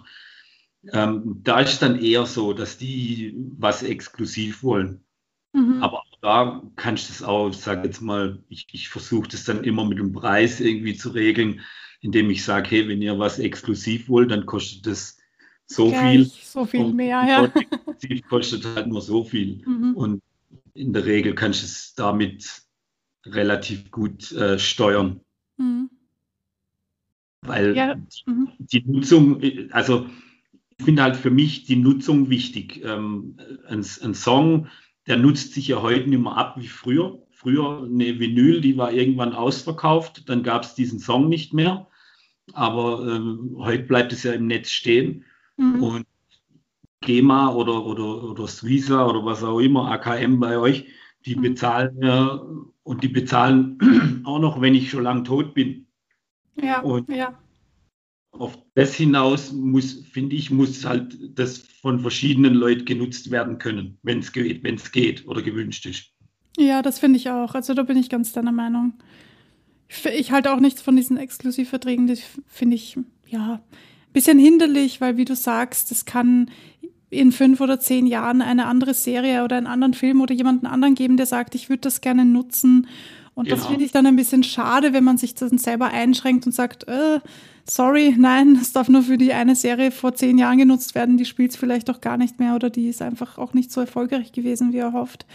Ähm, da ist dann eher so, dass die was exklusiv wollen. Mhm. Aber auch da kannst du es auch, ich sage jetzt mal, ich, ich versuche das dann immer mit dem Preis irgendwie zu regeln, indem ich sage, hey, wenn ihr was exklusiv wollt, dann kostet das so viel. Gleich so viel Und mehr, ja. non-exklusiv kostet halt nur so viel. Mhm. Und in der Regel kannst du es damit relativ gut äh, steuern, Mhm. weil Ja. Mhm. die Nutzung, also ich finde halt für mich die Nutzung wichtig. Ähm, ein, ein Song, der nutzt sich ja heute nicht mehr ab wie früher. Früher eine Vinyl, die war irgendwann ausverkauft, dann gab es diesen Song nicht mehr. Aber ähm, heute bleibt es ja im Netz stehen. Mhm. Und GEMA oder, oder, oder Suiza oder was auch immer, A K M bei euch, die Mhm. bezahlen ja und die bezahlen auch noch, wenn ich schon lang tot bin. Ja, Und ja. auf das hinaus muss, finde ich, muss halt das von verschiedenen Leuten genutzt werden können, wenn es geht, wenn es geht oder gewünscht ist. Ja, das finde ich auch. Also da bin ich ganz deiner Meinung. Ich, ich halte auch nichts von diesen Exklusivverträgen. Das finde ich, ja, ein bisschen hinderlich, weil, wie du sagst, es kann in fünf oder zehn Jahren eine andere Serie oder einen anderen Film oder jemanden anderen geben, der sagt, ich würde das gerne nutzen. Und das finde Genau, ich dann ein bisschen schade, wenn man sich dann selber einschränkt und sagt, äh, sorry, nein, das darf nur für die eine Serie vor zehn Jahren genutzt werden, die spielt es vielleicht auch gar nicht mehr oder die ist einfach auch nicht so erfolgreich gewesen, wie erhofft.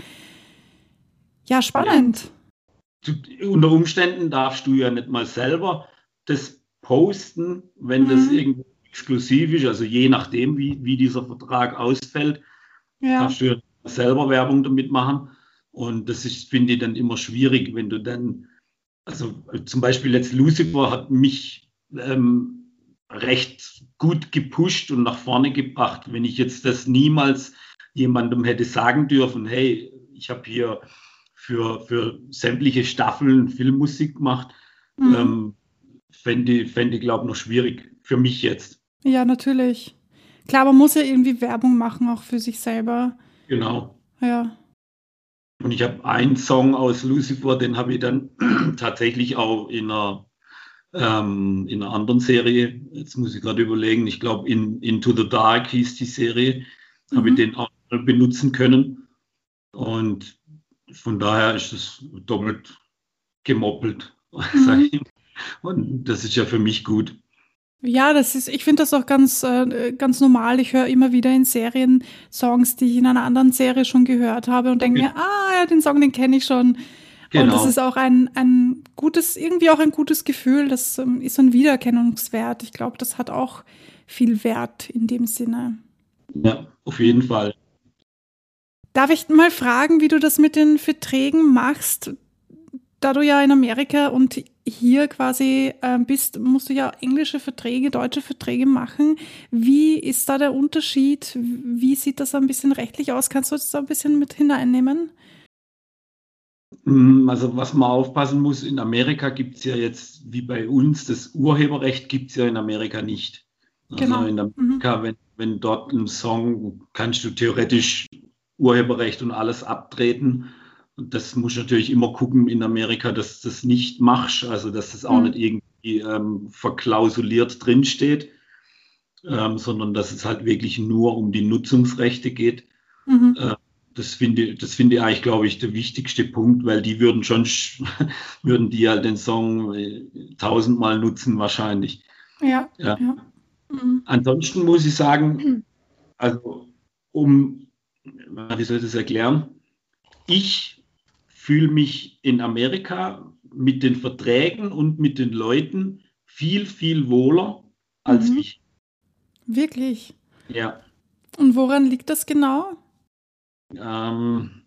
Ja, ja. spannend. Du, unter Umständen darfst du ja nicht mal selber das posten, wenn das Mhm. irgendwie exklusiv ist, also je nachdem, wie, wie dieser Vertrag ausfällt, Ja. darfst du ja selber Werbung damit machen. Und das ist, finde ich, dann immer schwierig, wenn du dann, also zum Beispiel jetzt Lucifer hat mich ähm, recht gut gepusht und nach vorne gebracht. Wenn ich jetzt das niemals jemandem hätte sagen dürfen, hey, ich habe hier für, für sämtliche Staffeln Filmmusik gemacht, Mhm. ähm, fände ich, fänd ich glaube ich, noch schwierig für mich jetzt. Ja, natürlich. Klar, man muss ja irgendwie Werbung machen, auch für sich selber. Genau. Ja. Und ich habe einen Song aus Lucifer, den habe ich dann tatsächlich auch in einer, ähm, in einer anderen Serie, jetzt muss ich gerade überlegen, ich glaube in Into the Dark hieß die Serie, habe ich Mhm. den auch mal benutzen können. Und von daher ist es doppelt gemoppelt, sag Mhm. ich. Und das ist ja für mich gut. Ja, das ist, ich finde das auch ganz, äh, ganz normal. Ich höre immer wieder in Serien Songs, die ich in einer anderen Serie schon gehört habe und denke mir, ah, ja, den Song, den kenne ich schon. Und das ist Genau. auch ein, ein gutes, irgendwie auch ein gutes Gefühl. Das ähm, ist so ein Wiedererkennungswert. Ich glaube, das hat auch viel Wert in dem Sinne. Ja, auf jeden Fall. Darf ich mal fragen, wie du das mit den Verträgen machst? Da du ja in Amerika und hier quasi äh, bist, musst du ja englische Verträge, deutsche Verträge machen. Wie ist da der Unterschied? Wie sieht das ein bisschen rechtlich aus? Kannst du das da ein bisschen mit hineinnehmen? Mm, Also was man aufpassen muss, in Amerika gibt es ja jetzt, wie bei uns, das Urheberrecht gibt es ja in Amerika nicht. Also Genau. in Mhm. Amerika, wenn, wenn dort ein Song, kannst du theoretisch Urheberrecht und alles abtreten. Und das musst du natürlich immer gucken in Amerika, dass du das nicht machst, also dass das auch nicht Mhm. irgendwie ähm, verklausuliert drinsteht, ähm, sondern dass es halt wirklich nur um die Nutzungsrechte geht. Mhm. Äh, Das finde, das finde ich eigentlich, glaube ich, der wichtigste Punkt, weil die würden schon, sch- würden die halt den Song äh, tausendmal nutzen wahrscheinlich. Ja, Ja. ja. Mhm. Ansonsten muss ich sagen, also um, wie soll ich das erklären? Ich fühle mich in Amerika mit den Verträgen und mit den Leuten viel, viel wohler als Mhm. wie. Wirklich. Ja. Und woran liegt das genau? Ähm,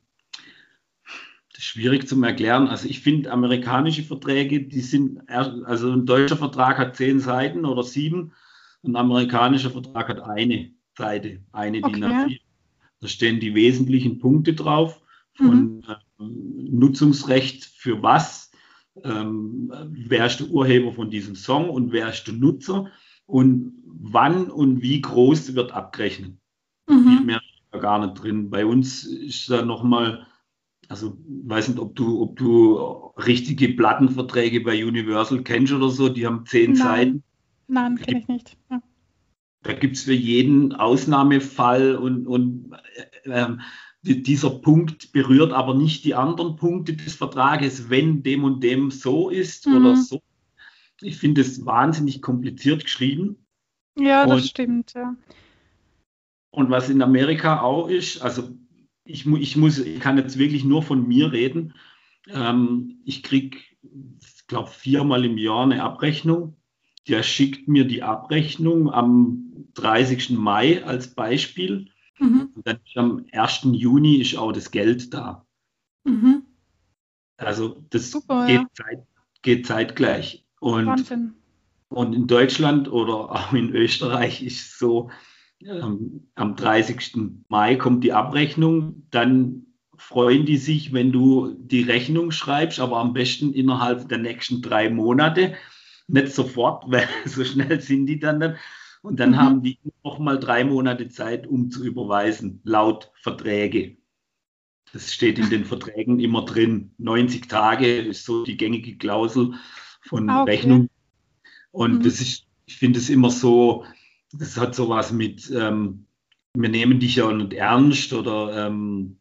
Das ist schwierig zu erklären. Also ich finde amerikanische Verträge, die sind, erst- also ein deutscher Vertrag hat zehn Seiten oder sieben, ein amerikanischer Vertrag hat eine Seite, eine DIN Okay. A vier. Da stehen die wesentlichen Punkte drauf Mhm. von ähm, Nutzungsrecht für was, ähm, wer ist der Urheber von diesem Song und wer ist der Nutzer und wann und wie groß wird abgerechnet. Viel Mhm. mehr steht da gar nicht drin. Bei uns ist da nochmal, also weiß nicht, ob du, ob du richtige Plattenverträge bei Universal kennst oder so, die haben zehn Nein, Seiten. nein, Da kenne gibt ich nicht. Ja. da gibt's für jeden Ausnahmefall und, und äh, ähm, die, dieser Punkt berührt aber nicht die anderen Punkte des Vertrages, wenn dem und dem so ist oder Mhm. so. Ich finde es wahnsinnig kompliziert geschrieben. Ja, das Und, stimmt, ja. und was in Amerika auch ist, also ich, mu- ich muss, ich kann jetzt wirklich nur von mir reden. Ähm, ich kriege, ich glaube, viermal im Jahr eine Abrechnung. Der schickt mir die Abrechnung am dreißigsten Mai als Beispiel. Mhm. Und dann ist am ersten Juni ist auch das Geld da. Mhm. Also das Super, geht, ja. zeit, geht zeitgleich. Und, Wahnsinn. und in Deutschland oder auch in Österreich ist es so, ähm, am dreißigsten Mai kommt die Abrechnung, dann freuen die sich, wenn du die Rechnung schreibst, aber am besten innerhalb der nächsten drei Monate, nicht sofort, weil so schnell sind die dann nicht. Und dann Mhm. haben die noch mal drei Monate Zeit, um zu überweisen, laut Verträge. Das steht in den Verträgen immer drin. neunzig Tage ist so die gängige Klausel von Ah, okay. Rechnung. Und Mhm. das ist, ich finde es immer so, das hat sowas mit, ähm, wir nehmen dich ja nicht ernst oder ähm,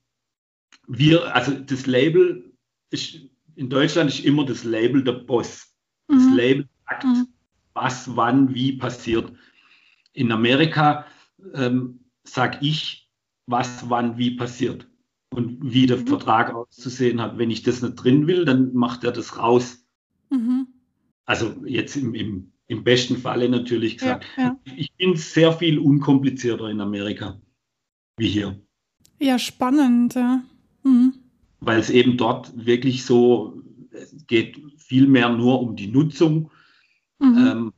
wir, also das Label ist, in Deutschland ist immer das Label der Boss. Das Mhm. Label Mhm. sagt, was, wann, wie passiert. In Amerika ähm, sage ich, was, wann, wie passiert und wie der Mhm. Vertrag auszusehen hat. Wenn ich das nicht drin will, dann macht er das raus. Mhm. Also jetzt im, im, im besten Falle natürlich Ja, gesagt. ja. Ich bin sehr viel unkomplizierter in Amerika wie hier, Ja, spannend, ja. Mhm. weil es eben dort wirklich so, es geht viel mehr nur um die Nutzung. Mhm. Ähm,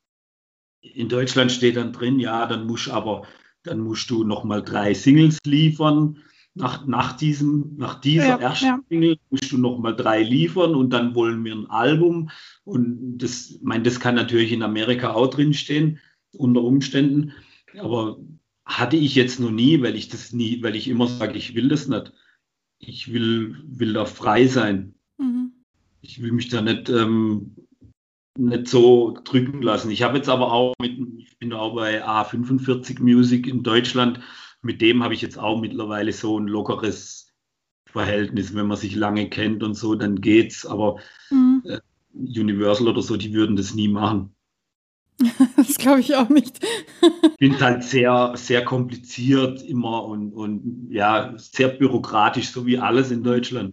in Deutschland steht dann drin, ja, dann musst aber, dann musst du noch mal drei Singles liefern. Nach, nach, diesem, nach dieser Ja, ersten ja. Single musst du noch mal drei liefern und dann wollen wir ein Album. Und das, ich meine, das kann natürlich in Amerika auch drinstehen, unter Umständen. Aber hatte ich jetzt noch nie, weil ich das nie, weil ich immer sage, ich will das nicht. Ich will, will da frei sein. Mhm. Ich will mich da nicht ähm, nicht so drücken lassen. Ich habe jetzt aber auch mit, ich bin auch bei A fünfundvierzig Music in Deutschland. Mit dem habe ich jetzt auch mittlerweile so ein lockeres Verhältnis. Wenn man sich lange kennt und so, dann geht's. Aber Mhm. äh, Universal oder so, die würden das nie machen. Das glaube ich auch nicht. Ich finde es halt sehr, sehr kompliziert immer und, und ja, sehr bürokratisch, so wie alles in Mhm. Deutschland.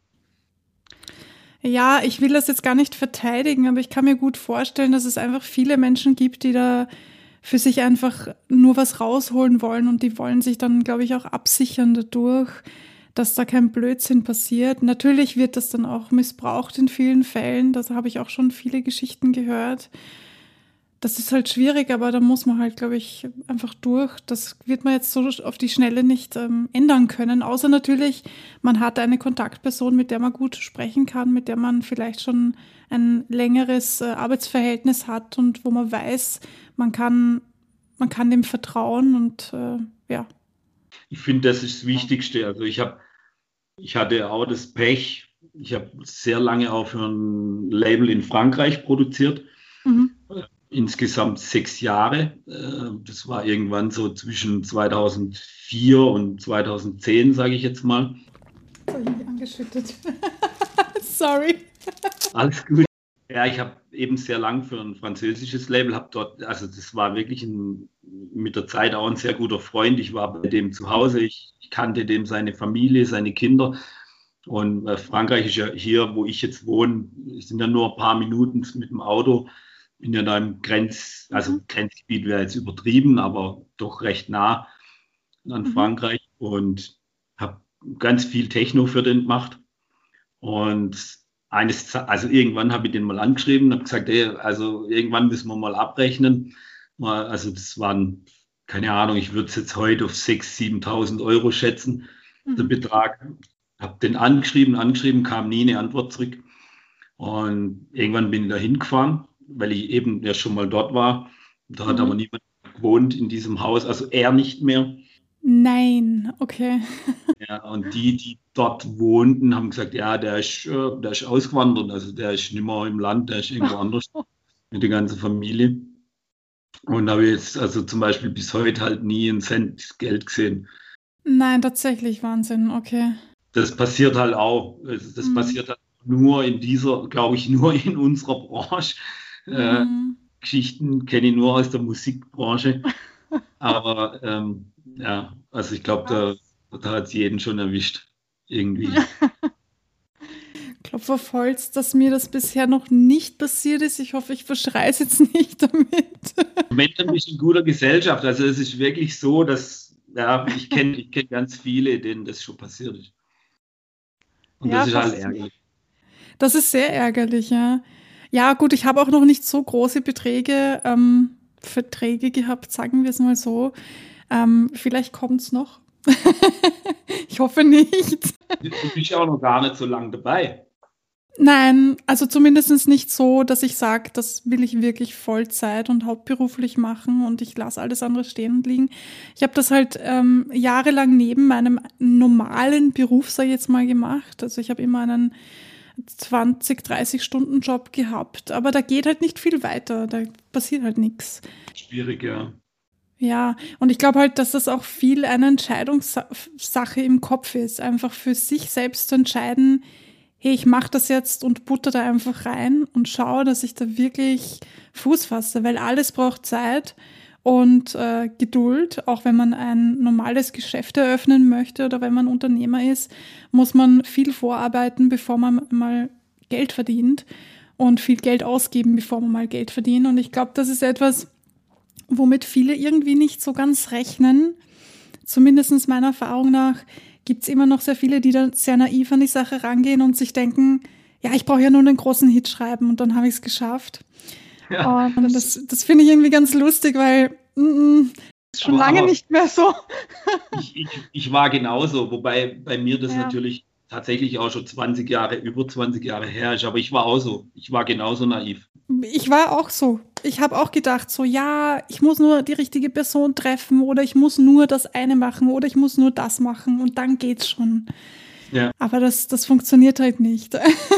Ja, ich will das jetzt gar nicht verteidigen, aber ich kann mir gut vorstellen, dass es einfach viele Menschen gibt, die da für sich einfach nur was rausholen wollen und die wollen sich dann, glaube ich, auch absichern dadurch, dass da kein Blödsinn passiert. Natürlich wird das dann auch missbraucht in vielen Fällen, da habe ich auch schon viele Geschichten gehört. Das ist halt schwierig, aber da muss man halt, glaube ich, einfach durch. Das wird man jetzt so auf die Schnelle nicht ähm, ändern können, außer natürlich, man hat eine Kontaktperson, mit der man gut sprechen kann, mit der man vielleicht schon ein längeres äh, Arbeitsverhältnis hat und wo man weiß, man kann, man kann dem vertrauen und äh, ja. Ich finde, das ist das Wichtigste. Also ich habe, ich hatte auch das Pech, ich habe sehr lange auch für ein Label in Frankreich produziert. Mhm. Insgesamt sechs Jahre. Das war irgendwann so zwischen zweitausendvier und zweitausendzehn, sage ich jetzt mal. Das habe ich mich angeschüttet. Sorry. Alles gut. Ja, ich habe eben sehr lang für ein französisches Label, habe dort, also das war wirklich ein, mit der Zeit auch ein sehr guter Freund. Ich war bei dem zu Hause, ich, ich kannte dem seine Familie, seine Kinder. Und äh, Frankreich ist ja hier, wo ich jetzt wohne, sind ja nur ein paar Minuten mit dem Auto. Bin ja da im Grenz, also Grenzgebiet wäre jetzt übertrieben, aber doch recht nah an mhm. Frankreich und habe ganz viel Techno für den gemacht. Und eines, also irgendwann habe ich den mal angeschrieben und habe gesagt, ey, also irgendwann müssen wir mal abrechnen. Also das waren, keine Ahnung, ich würde es jetzt heute auf sechstausend, siebentausend Euro schätzen, mhm. der Betrag. Habe den angeschrieben, angeschrieben, kam nie eine Antwort zurück. Und irgendwann bin ich da hingefahren, weil ich eben ja schon mal dort war. Da hat mhm. aber niemand gewohnt in diesem Haus, also er nicht mehr. Nein, okay. Ja, und die, die dort wohnten, haben gesagt, ja, der ist, äh, der ist ausgewandert, also der ist nicht mehr im Land, der ist irgendwo anders mit der ganzen Familie. Und habe jetzt also zum Beispiel bis heute halt nie einen Cent Geld gesehen. Nein, tatsächlich Wahnsinn, okay. Das passiert halt auch. Das, das mhm. passiert halt nur in dieser, glaube ich, nur in unserer Branche. Mhm. Äh, Geschichten kenne ich nur aus der Musikbranche. Aber ähm, ja, also ich glaube, da, da hat es jeden schon erwischt. Irgendwie. Klopf auf Holz, dass mir das bisher noch nicht passiert ist. Ich hoffe, ich verschreie es jetzt nicht damit. Momentan bin ich in guter Gesellschaft. Also es ist wirklich so, dass, ja, ich kenne ich kenn ganz viele, denen das schon passiert ist. Und ja, das ist halt ärgerlich. Das ist sehr ärgerlich, ja. Ja, gut, ich habe auch noch nicht so große Beträge, ähm, Verträge gehabt, sagen wir es mal so. Ähm, vielleicht kommt es noch. Ich hoffe nicht. Du bist ja auch noch gar nicht so lange dabei. Nein, also zumindest nicht so, dass ich sage, das will ich wirklich Vollzeit und hauptberuflich machen und ich lasse alles andere stehen und liegen. Ich habe das halt ähm, jahrelang neben meinem normalen Beruf, sag ich jetzt mal, gemacht. Also ich habe immer einen zwanzig, dreißig Stunden Job gehabt, aber da geht halt nicht viel weiter, da passiert halt nichts. Schwierig, ja. Ja, und ich glaube halt, dass das auch viel eine Entscheidungssache im Kopf ist, einfach für sich selbst zu entscheiden, hey, ich mache das jetzt und butter da einfach rein und schaue, dass ich da wirklich Fuß fasse, weil alles braucht Zeit und äh, Geduld. Auch wenn man ein normales Geschäft eröffnen möchte oder wenn man Unternehmer ist, muss man viel vorarbeiten, bevor man mal Geld verdient und viel Geld ausgeben, bevor man mal Geld verdient. Und ich glaube, das ist etwas, womit viele irgendwie nicht so ganz rechnen. Zumindest meiner Erfahrung nach gibt es immer noch sehr viele, die dann sehr naiv an die Sache rangehen und sich denken, ja, ich brauche ja nur einen großen Hit schreiben und dann habe ich es geschafft. Ja, und das, das finde ich irgendwie ganz lustig, weil mm, das ist schon aber, lange aber nicht mehr so. ich, ich, ich war genauso, wobei bei mir das ja. natürlich tatsächlich auch schon zwanzig Jahre, über zwanzig Jahre her ist, aber ich war auch so, ich war genauso naiv. Ich war auch so. Ich habe auch gedacht, so ja, ich muss nur die richtige Person treffen oder ich muss nur das eine machen oder ich muss nur das machen und dann geht's schon. Ja. Aber das, das funktioniert halt nicht.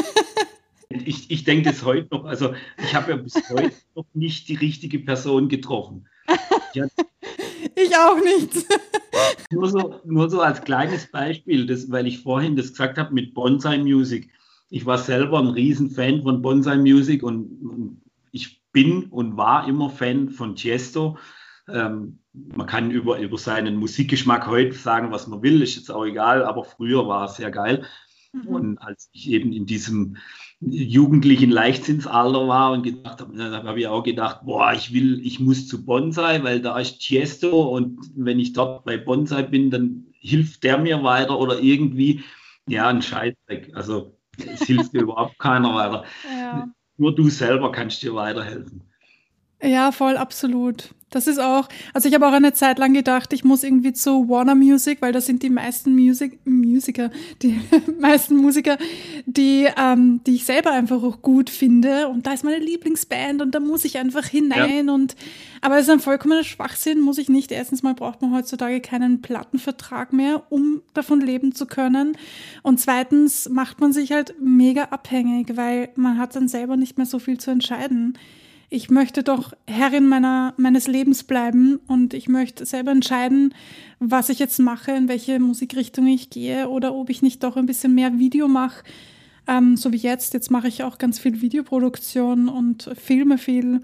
Ich, ich denke das heute noch, also ich habe ja bis heute noch nicht die richtige Person getroffen. Ich, ich auch nicht. Nur so, nur so als kleines Beispiel, das, weil ich vorhin das gesagt habe mit Bonsai Music. Ich war selber ein Riesenfan von Bonsai Music und, und ich bin und war immer Fan von Tiesto. Ähm, man kann über, über seinen Musikgeschmack heute sagen, was man will, ist jetzt auch egal, aber früher war es sehr geil. Mhm. Und als ich eben in diesem jugendlichen Leichtsinnsalter war und gedacht habe, dann habe ich auch gedacht, boah, ich will, ich muss zu Bonsai, weil da ist Tiesto und wenn ich dort bei Bonsai bin, dann hilft der mir weiter oder irgendwie, ja, ein Scheißdreck. Also es hilft dir überhaupt keiner weiter. Ja. Nur du selber kannst dir weiterhelfen. Ja, voll, absolut. Das ist auch, also ich habe auch eine Zeit lang gedacht, ich muss irgendwie zu Warner Music, weil das sind die meisten Music, Musiker, die meisten Musiker, die, ähm, die ich selber einfach auch gut finde. Und da ist meine Lieblingsband und da muss ich einfach Ja, hinein. Und aber es ist ein vollkommener Schwachsinn, muss ich nicht. Erstens mal braucht man heutzutage keinen Plattenvertrag mehr, um davon leben zu können. Und zweitens macht man sich halt mega abhängig, weil man hat dann selber nicht mehr so viel zu entscheiden. Ich möchte doch Herrin meiner, meines Lebens bleiben und ich möchte selber entscheiden, was ich jetzt mache, in welche Musikrichtung ich gehe oder ob ich nicht doch ein bisschen mehr Video mache, ähm, so wie jetzt. Jetzt mache ich auch ganz viel Videoproduktion und filme viel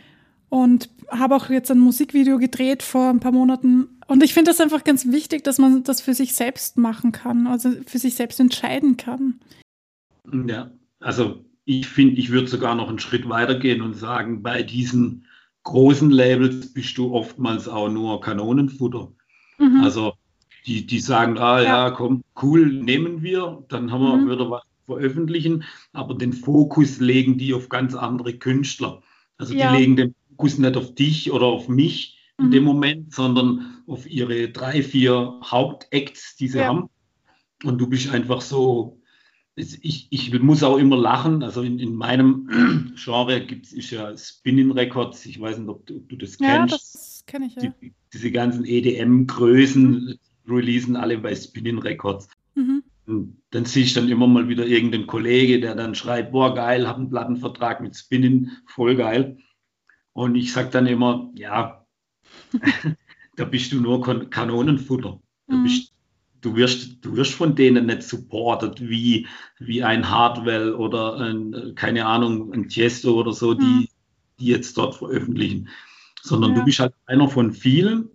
und habe auch jetzt ein Musikvideo gedreht vor ein paar Monaten. Und ich finde das einfach ganz wichtig, dass man das für sich selbst machen kann, also für sich selbst entscheiden kann. ja. Also ich finde, ich würde sogar noch einen Schritt weiter gehen und sagen, bei diesen großen Labels bist du oftmals auch nur Kanonenfutter. Mhm. Also die, die sagen, ah Ja. ja, komm, cool, nehmen wir, dann haben wir Mhm. wieder was veröffentlichen, aber den Fokus legen die auf ganz andere Künstler. Also die Ja. legen den Fokus nicht auf dich oder auf mich in dem Mhm. Moment, sondern auf ihre drei, vier Hauptacts, die sie Ja. haben. Und du bist einfach so, ich, ich muss auch immer lachen. Also in, in meinem Genre gibt es ja Spinnin Records. Ich weiß nicht, ob du, ob du das Ja, kennst. das kenne ich Die, ja. diese ganzen E D Mhm. M-Größen releasen alle bei Spinnin Records. Mhm. Und dann sehe ich dann immer mal wieder irgendeinen Kollege, der dann schreibt, boah, geil, hab einen Plattenvertrag mit Spinnin, voll geil. Und ich sage dann immer, ja, da bist du nur Kon Kanonenfutter. Da Mhm. bist, du, wirst, du wirst von denen nicht supportet wie, wie ein Hardwell oder ein, keine Ahnung, ein Tiesto oder so, Mhm. die, die jetzt dort veröffentlichen. Sondern du Ja. bist halt einer von vielen,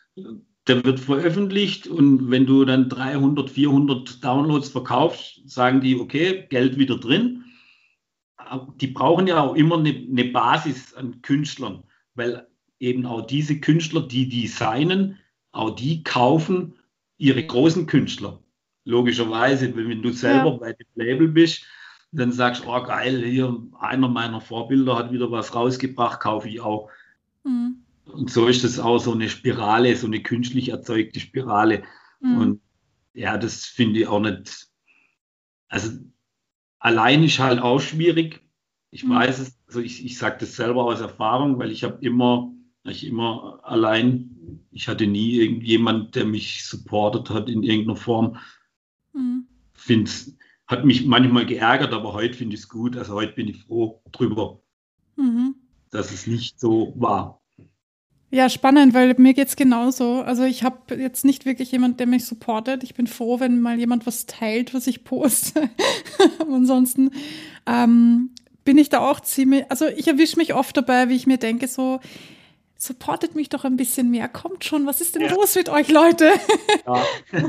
der wird veröffentlicht und wenn du dann dreihundert, vierhundert Downloads verkaufst, sagen die, okay, Geld wieder drin. Aber die brauchen ja auch immer eine, eine Basis an Künstlern, weil eben auch diese Künstler, die designen, auch die kaufen ihre großen Künstler. Logischerweise, wenn du Ja. selber bei dem Label bist, dann sagst du, oh geil, hier einer meiner Vorbilder hat wieder was rausgebracht, kaufe ich auch. Mhm. Und so ist das auch so eine Spirale, so eine künstlich erzeugte Spirale. Mhm. Und ja, das finde ich auch nicht, also allein ist halt auch schwierig. Ich Mhm. weiß es, also ich, ich sage das selber aus Erfahrung, weil ich habe immer, ich immer allein, ich hatte nie irgendjemand, der mich supportet hat in irgendeiner Form. Mhm. Find's, hat mich manchmal geärgert, aber heute finde ich es gut. Also heute bin ich froh drüber, Mhm. dass es nicht so war. Ja, spannend, weil mir geht's genauso. Also ich habe jetzt nicht wirklich jemand, der mich supportet. Ich bin froh, wenn mal jemand was teilt, was ich poste. Ansonsten ähm, bin ich da auch ziemlich, also ich erwische mich oft dabei, wie ich mir denke, so, supportet mich doch ein bisschen mehr. Kommt schon, was ist denn Ja. los mit euch, Leute? Ja.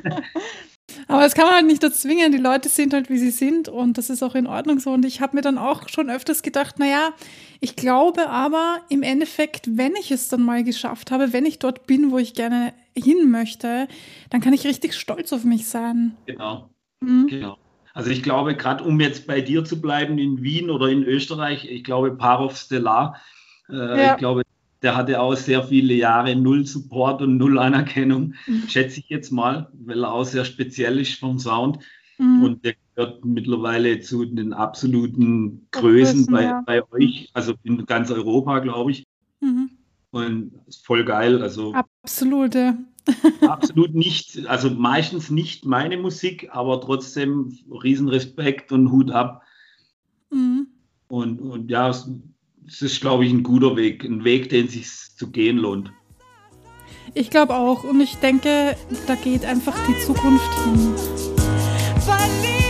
Aber das kann man halt nicht erzwingen. Die Leute sind halt, wie sie sind und das ist auch in Ordnung so. Und ich habe mir dann auch schon öfters gedacht, naja, ich glaube aber im Endeffekt, wenn ich es dann mal geschafft habe, wenn ich dort bin, wo ich gerne hin möchte, dann kann ich richtig stolz auf mich sein. Genau, Mhm. genau. Also ich glaube, gerade um jetzt bei dir zu bleiben in Wien oder in Österreich, ich glaube, Parov Stellar, äh, ich Ja. glaube, der hatte auch sehr viele Jahre null Support und null Anerkennung, schätze ich jetzt mal, weil er auch sehr speziell ist vom Sound. Mhm. Und der gehört mittlerweile zu den absoluten Größen Größen, bei, ja. bei Mhm. euch, also in ganz Europa, glaube ich. Mhm. Und ist voll geil. Also Absolut, ja. absolut nicht, also meistens nicht meine Musik, aber trotzdem Riesenrespekt und Hut ab. Mhm. Und, und ja, es, es ist, glaube ich, ein guter Weg, ein Weg, den sich zu gehen lohnt. Ich glaube auch. Und ich denke, da geht einfach die Zukunft hin. Verliere